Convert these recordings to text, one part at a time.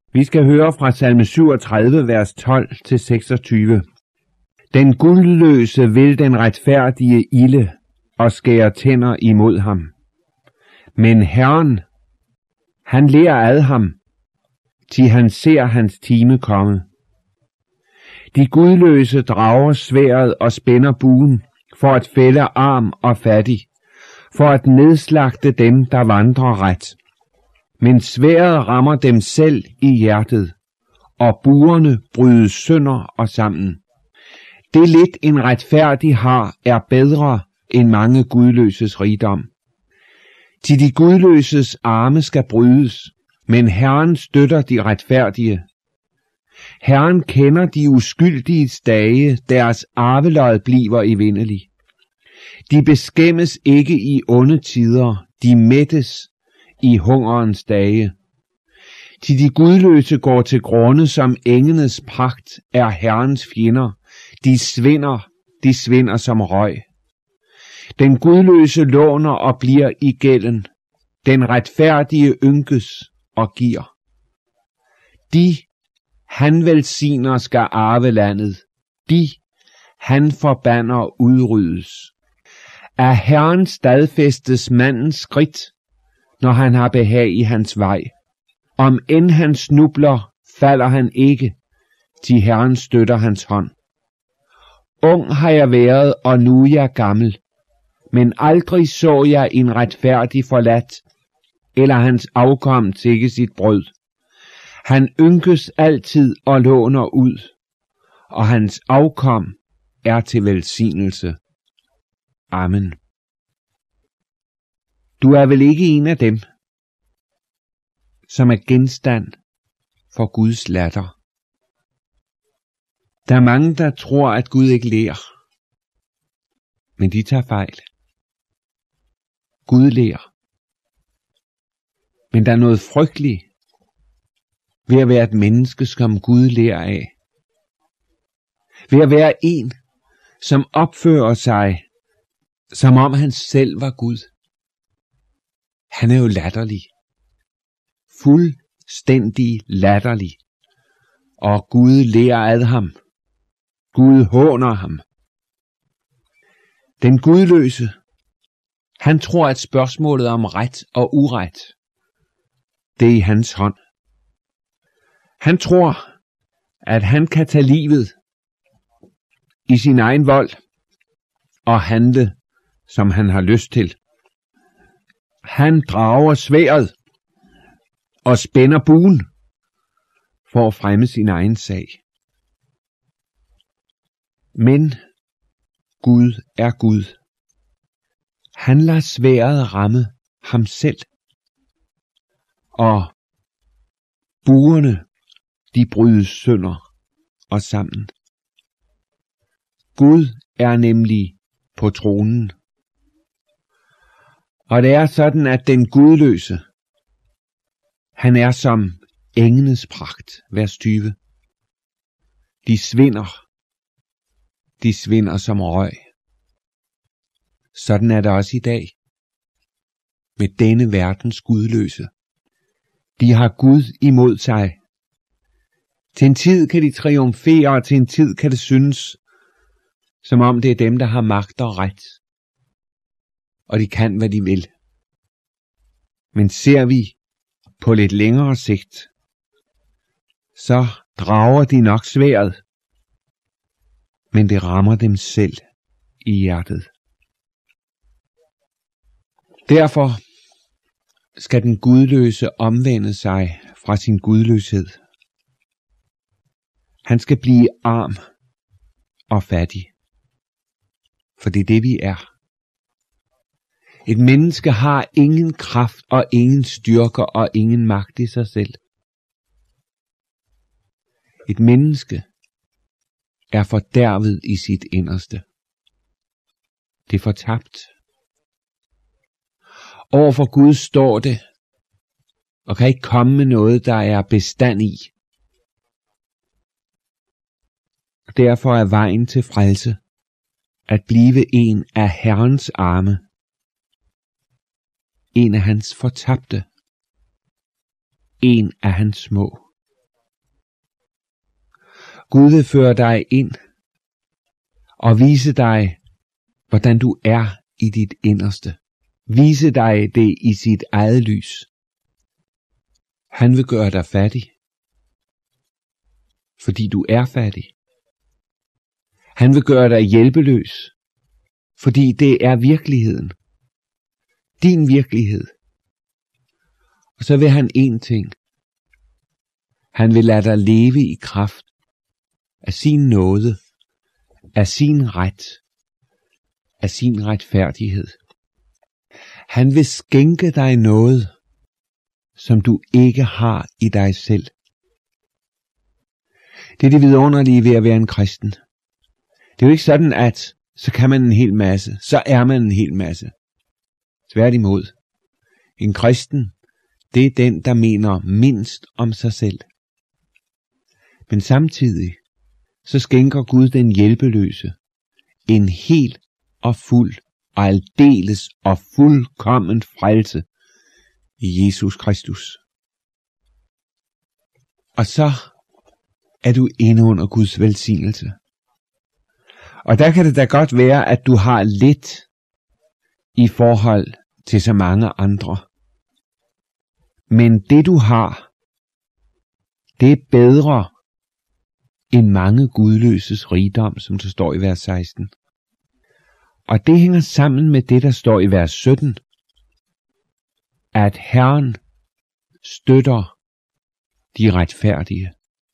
Vi skal høre fra salme 37, vers 12-26. Den gudløse vil den retfærdige ilde og skære tænder imod ham. Men Herren, han ler ad ham, til han ser hans time komme. De gudløse drager sværdet og spænder buen, for at fælde arm og fattig, for at nedslagte dem, der vandrer ret. Men sværdet rammer dem selv i hjertet, og buerne brydes sønder og sammen. Det lidt en retfærdig har er bedre end mange gudløses rigdom. Til de gudløses arme skal brydes, men Herren støtter de retfærdige. Herren kender de uskyldiges dage, deres arvelod bliver evindelig. De beskæmmes ikke i onde tider, de mættes i hungerens dage. Til de gudløse går til grunde som engenes pragt, er Herrens fjender. De svinder som røg. Den gudløse låner og bliver i gælden. Den retfærdige ynkes og giver. De, han velsigner, skal arve landet. De, han forbander, udryddes. Af Herren stadfæstes mandens skridt, når han har behag i hans vej. Om end han snubler, falder han ikke, til Herren støtter hans hånd. Ung har jeg været, og nu er jeg gammel, men aldrig så jeg en retfærdig forladt, eller hans afkom tikke sit brød. Han ynkes altid og låner ud, og hans afkom er til velsignelse. Amen. Du er vel ikke en af dem, som er genstand for Guds latter. Der er mange, der tror, at Gud ikke ler, men de tager fejl. Gud ler. Men der er noget frygteligt ved at være et menneske, som Gud ler af. Ved at være en, som opfører sig, som om han selv var Gud. Han er jo latterlig. Fuldstændig latterlig. Og Gud ler ad ham. Gud håner ham. Den gudløse, han tror, at spørgsmålet om ret og uret, det er i hans hånd. Han tror, at han kan tage livet i sin egen vold og handle, som han har lyst til. Han drager sværdet og spænder buen for at fremme sin egen sag. Men Gud er Gud. Han lader sværdet ramme ham selv. Og buerne, de brydes sønder og sammen. Gud er nemlig på tronen. Og det er sådan, at den gudløse, han er som engenes pragt, vers 20. De svinder som røg. Sådan er det også i dag med denne verdens gudløse. De har Gud imod sig. Til en tid kan de triumfere, og til en tid kan det synes, som om det er dem, der har magt og ret. Og de kan, hvad de vil. Men ser vi på lidt længere sigt, så drager de nok sværdet, men det rammer dem selv i hjertet. Derfor skal den gudløse omvende sig fra sin gudløshed. Han skal blive arm og fattig, for det er det, vi er. Et menneske har ingen kraft og ingen styrke og ingen magt i sig selv. Et menneske er fordærvet i sit inderste. Det er fortabt. Overfor Gud står det, og kan ikke komme med noget, der er bestand i. Derfor er vejen til frelse at blive en af Herrens arme. En af hans fortabte. En af hans små. Gud vil føre dig ind og vise dig, hvordan du er i dit inderste. Vise dig det i sit eget lys. Han vil gøre dig fattig, fordi du er fattig. Han vil gøre dig hjælpeløs, fordi det er virkeligheden. Din virkelighed. Og så vil han en ting. Han vil lade dig leve i kraft af sin nåde, af sin ret, af sin retfærdighed. Han vil skænke dig noget, som du ikke har i dig selv. Det er det vidunderlige ved at være en kristen. Det er jo ikke sådan, at så kan man en hel masse, så er man en hel masse. Tværtimod. En kristen, det er den, der mener mindst om sig selv. Men samtidig, så skænker Gud den hjælpeløse en helt og fuld og aldeles og fuldkommen frelse i Jesus Kristus. Og så er du inde under Guds velsignelse. Og der kan det da godt være, at du har lidt i forhold til så mange andre. Men det du har, det er bedre end mange gudløses rigdom, som der står i vers 16. Og det hænger sammen med det, der står i vers 17, at Herren støtter de retfærdige.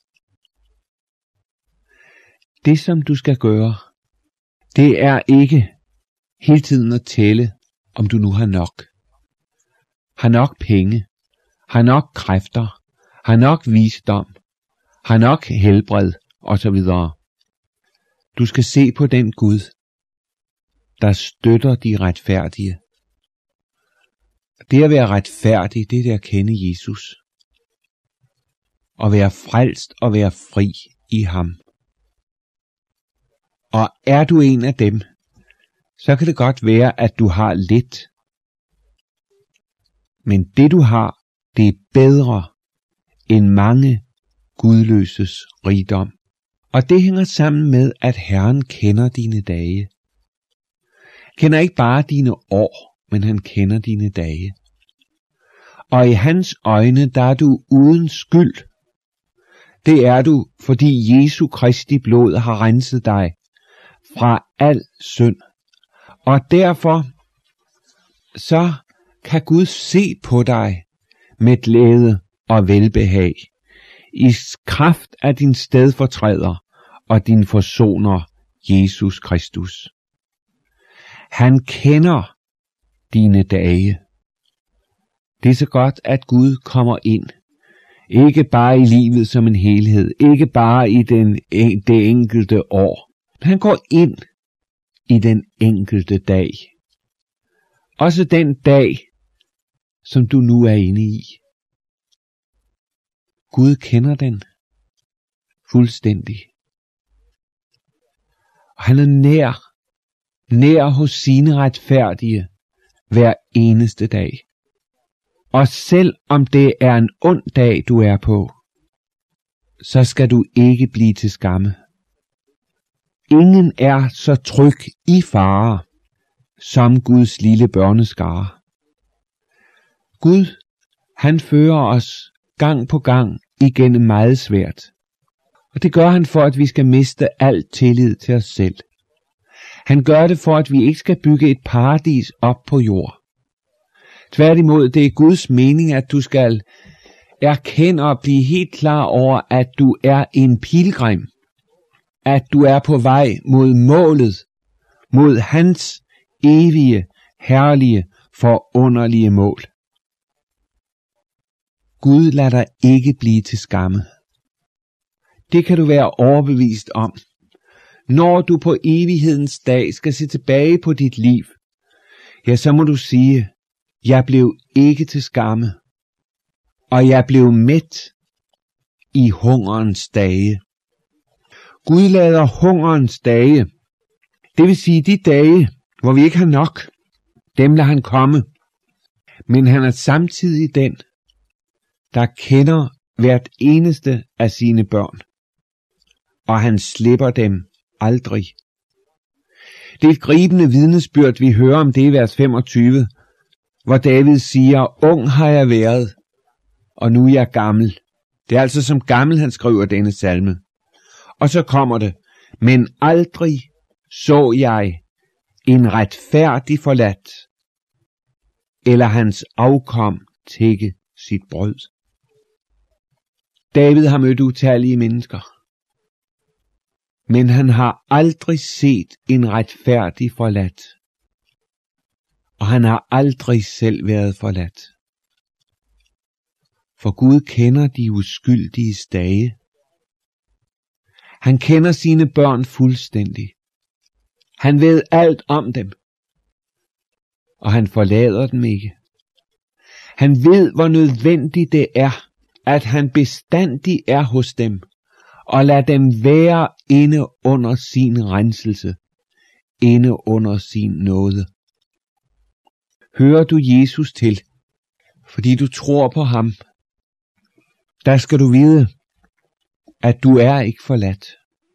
Det, som du skal gøre, det er ikke hele tiden at tælle, om du nu har nok. Har nok penge, har nok kræfter, har nok visdom, har nok helbred osv. Du skal se på den Gud, der støtter de retfærdige. Det at være retfærdig, det er det at kende Jesus. Og være frelst og være fri i ham. Og er du en af dem, så kan det godt være, at du har lidt. Men det du har, det er bedre end mange gudløses rigdom. Og det hænger sammen med, at Herren kender dine dage. Kender ikke bare dine år, men han kender dine dage. Og i hans øjne, der er du uden skyld. Det er du, fordi Jesu Kristi blod har renset dig fra al synd. Og derfor så kan Gud se på dig med glæde og velbehag, i kraft af din stedfortræder og din forsoner, Jesus Kristus. Han kender dine dage. Det er så godt, at Gud kommer ind. Ikke bare i livet som en helhed, ikke bare i det enkelte år. Han går ind i den enkelte dag. Også den dag, som du nu er inde i. Gud kender den fuldstændig. Og han er nær hos sine retfærdige hver eneste dag. Og selv om det er en ond dag, du er på, så skal du ikke blive til skamme. Ingen er så tryg i fare, som Guds lille børneskare. Gud, han fører os gang på gang igennem meget svært. Og det gør han for, at vi skal miste al tillid til os selv. Han gør det for, at vi ikke skal bygge et paradis op på jord. Tværtimod, det er Guds mening, at du skal erkende og blive helt klar over, at du er en pilgrim. At du er på vej mod målet, mod hans evige, herlige, forunderlige mål. Gud lader dig ikke blive til skamme. Det kan du være overbevist om. Når du på evighedens dag skal se tilbage på dit liv, ja, så må du sige, jeg blev ikke til skamme, og jeg blev mæt i hungerens dage. Gud lader hungerens dage, det vil sige de dage, hvor vi ikke har nok, dem lader han komme. Men han er samtidig den, der kender hvert eneste af sine børn. og han slipper dem aldrig. Det er et gribende vidnesbyrd, vi hører om det i vers 25, hvor David siger, ung har jeg været, og nu er jeg gammel. Det er altså som gammel, han skriver denne salme. Og så kommer det, men aldrig så jeg en retfærdig forladt, eller hans afkom tigge sit brød. David har mødt utallige mennesker, men han har aldrig set en retfærdig forladt, og han har aldrig selv været forladt. For Gud kender de uskyldige dage. Han kender sine børn fuldstændig. Han ved alt om dem, og han forlader dem ikke. Han ved, hvor nødvendigt det er, at han bestandig er hos dem, og lad dem være inde under sin renselse, inde under sin nåde. Hører du Jesus til, fordi du tror på ham, der skal du vide, at du er ikke forladt.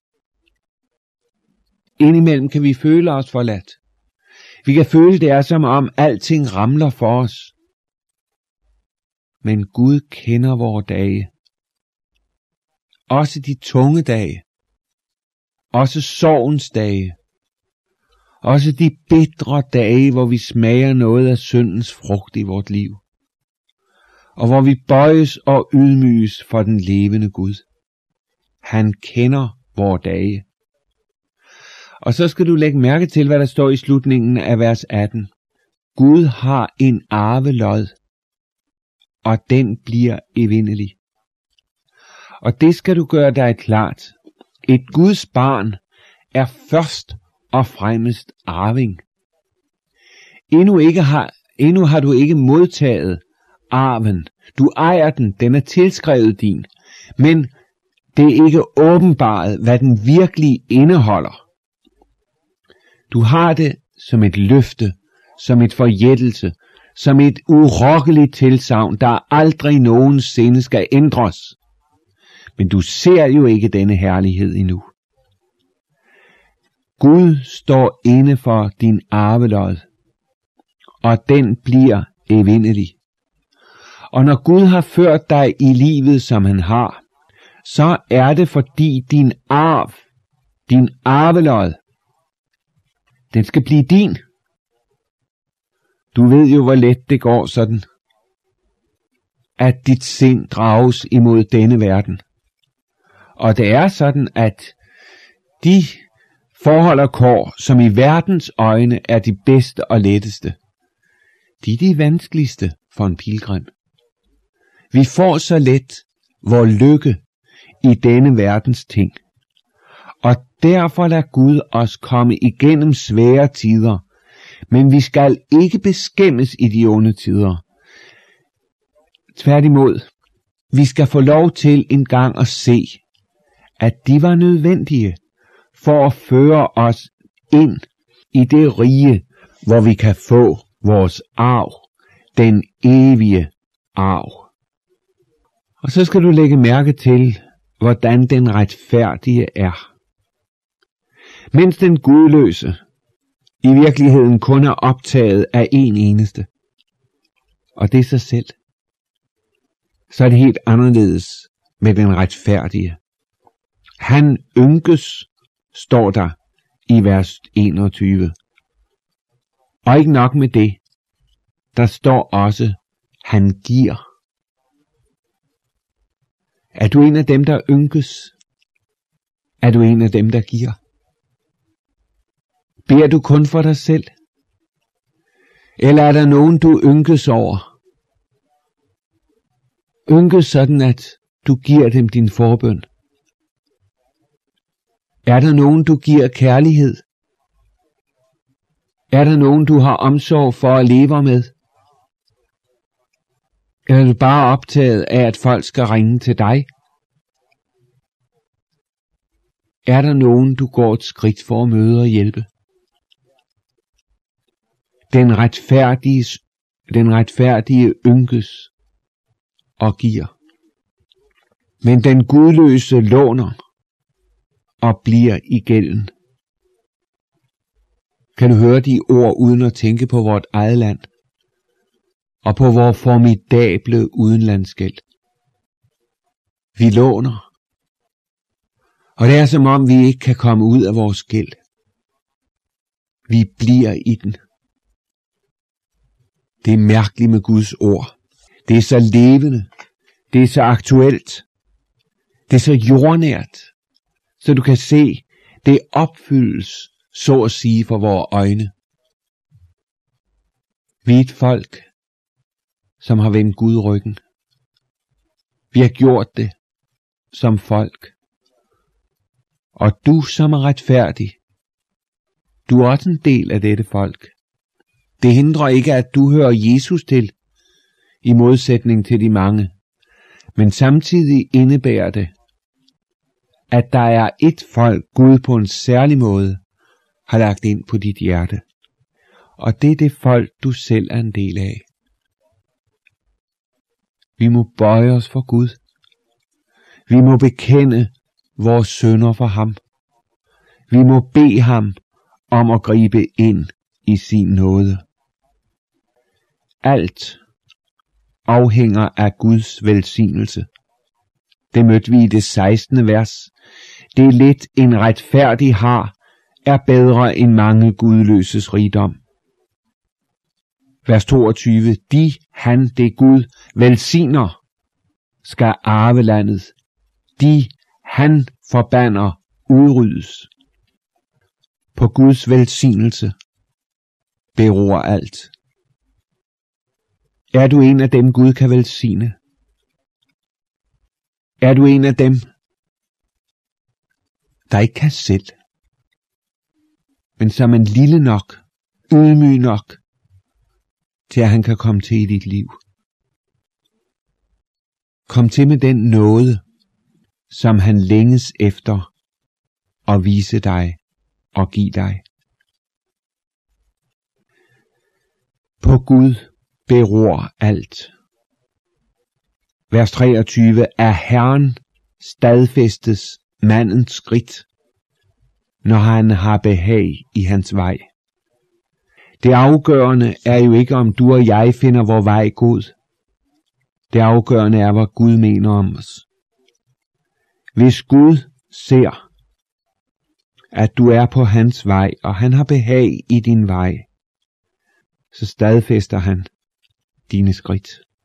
Indimellem kan vi føle os forladt. Vi kan føle, det er som om alting ramler for os. Men Gud kender vore dage. Også de tunge dage. Også sorgens dage. Også de bitre dage, hvor vi smager noget af syndens frugt i vort liv. Og hvor vi bøjes og ydmyges for den levende Gud. Han kender vore dage. Og så skal du lægge mærke til, hvad der står i slutningen af vers 18. Gud har en arvelod, og den bliver evindelig. Og det skal du gøre dig klart. Et Guds barn er først og fremmest arving. Endnu har du ikke modtaget arven. Du ejer den, den er tilskrevet din. Men det er ikke åbenbaret, hvad den virkelig indeholder. Du har det som et løfte, som et forjættelse, som et urokkeligt tilsagn, der aldrig nogensinde skal ændres. Men du ser jo ikke denne herlighed endnu. Gud står inde for din arvelod, og den bliver evindelig. Og når Gud har ført dig i livet, som han har, så er det fordi din arv, din arvelod, den skal blive din. Du ved jo, hvor let det går sådan, at dit sind drages imod denne verden. Og det er sådan, at de forhold og kår, som i verdens øjne er de bedste og letteste, de er de vanskeligste for en pilgrim. Vi får så let vor lykke i denne verdens ting. Og derfor lader Gud os komme igennem svære tider, men vi skal ikke beskæmmes i de onde tider. Tværtimod, vi skal få lov til en gang at se, at de var nødvendige for at føre os ind i det rige, hvor vi kan få vores arv, den evige arv. Og så skal du lægge mærke til, hvordan den retfærdige er. Mens den gudløse i virkeligheden kun er optaget af en eneste, og det er sig selv, så er det helt anderledes med den retfærdige. Han ynkes, står der i vers 21. Og ikke nok med det, der står også, han giver. Er du en af dem, der ynkes? Er du en af dem, der giver? Beder du kun for dig selv? Eller er der nogen, du ynkes over? Ynkes sådan, at du giver dem din forbøn? Er der nogen, du giver kærlighed? Er der nogen, du har omsorg for at leve med? Eller er du bare optaget af, at folk skal ringe til dig? Er der nogen, du går et skridt for at møde og hjælpe? Den retfærdige ynkes og giver. Men den gudløse låner og bliver i gælden. Kan du høre de ord uden at tænke på vort eget land og på vores formidable udenlandsgæld? Vi låner, og det er som om vi ikke kan komme ud af vores gæld. Vi bliver i den. Det er mærkeligt med Guds ord. Det er så levende. Det er så aktuelt. Det er så jordnært, så du kan se, det opfyldes, så at sige, for vores øjne. Vi er et folk, som har vendt Gud ryggen. Vi har gjort det som folk. Og du, som er retfærdig, du er også en del af dette folk. Det hindrer ikke, at du hører Jesus til, i modsætning til de mange. Men samtidig indebærer det, at der er et folk, Gud på en særlig måde har lagt ind på dit hjerte. Og det er det folk, du selv er en del af. Vi må bøje os for Gud. Vi må bekende vores synder for ham. Vi må bede ham om at gribe ind i sin nåde. Alt afhænger af Guds velsignelse. Det mødte vi i det 16. vers. Det lidt en retfærdig har, er bedre end mange gudløses rigdom. Vers 22. De, han, det Gud, velsigner, skal arve landet. De, han forbander, udryddes. På Guds velsignelse beror alt. Er du en af dem, Gud kan velsigne? Er du en af dem, der ikke kan selv, men som en lille nok, ydmyg nok, til at han kan komme til i dit liv? Kom til med den nåde, som han længes efter at vise dig og give dig. På Gud beror alt. Vers 23. Er Herren stadfæstes mandens skridt, når han har behag i hans vej. Det afgørende er jo ikke, om du og jeg finder vor vej god. Det afgørende er, hvad Gud mener om os. Hvis Gud ser, at du er på hans vej, og han har behag i din vej, så stadfæster han dine skridt.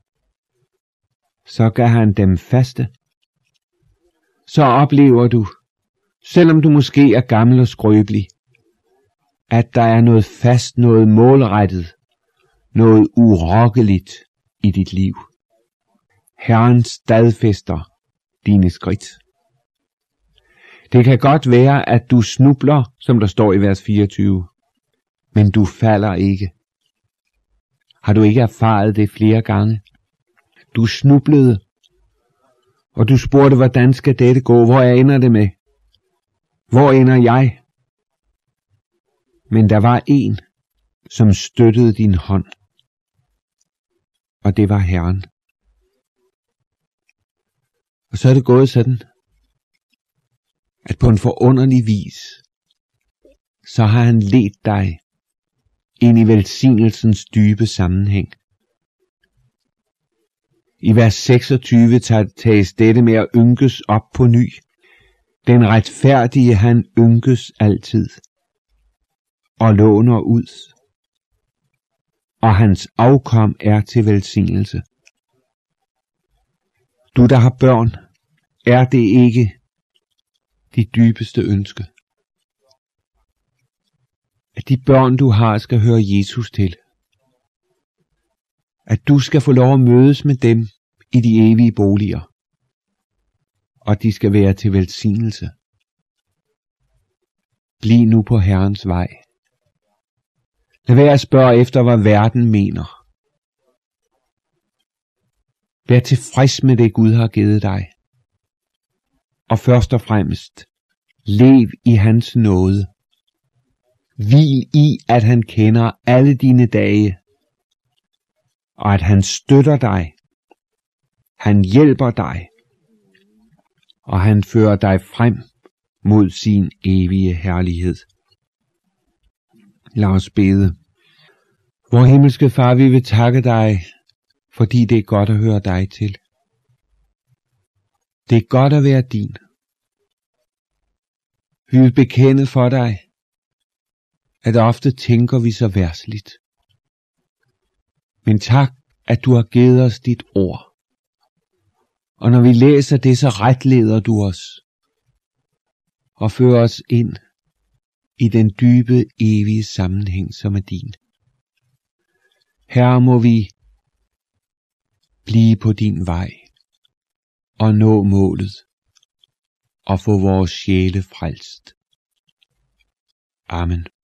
Så gør han dem faste. Så oplever du, selvom du måske er gammel og skrøbelig, at der er noget fast, noget målrettet, noget urokkeligt i dit liv. Herren stadfæster dine skridt. Det kan godt være, at du snubler, som der står i vers 24, men du falder ikke. Har du ikke erfaret det flere gange? Du snublede, og du spurgte, hvordan skal dette gå? Hvor ender det med? Hvor ender jeg? Men der var en, som støttede din hånd, og det var Herren. Og så er det gået sådan, at på en forunderlig vis, så har han ledt dig ind i velsignelsens dybe sammenhæng. I vers 26 tages dette med at ynkes op på ny. Den retfærdige, han ynkes altid og låner ud, og hans afkom er til velsignelse. Du, der har børn, er det ikke dit dybeste ønske, at de børn, du har, skal høre Jesus til? At du skal få lov at mødes med dem i de evige boliger, og de skal være til velsignelse. Bliv nu på Herrens vej. Lad være at spørge efter, hvad verden mener. Vær tilfreds med det, Gud har givet dig. Og først og fremmest, lev i hans nåde. Hvil i, at han kender alle dine dage, og at han støtter dig, han hjælper dig, og han fører dig frem mod sin evige herlighed. Lad os bede. Vor himmelske Far, vi vil takke dig, fordi det er godt at høre dig til. Det er godt at være din. Vi vil bekende for dig, at ofte tænker vi så verdsligt. Men tak, at du har givet os dit ord. Og når vi læser det, så retleder du os og fører os ind i den dybe, evige sammenhæng, som er din. Herre, må vi blive på din vej og nå målet og få vores sjæle frelst. Amen.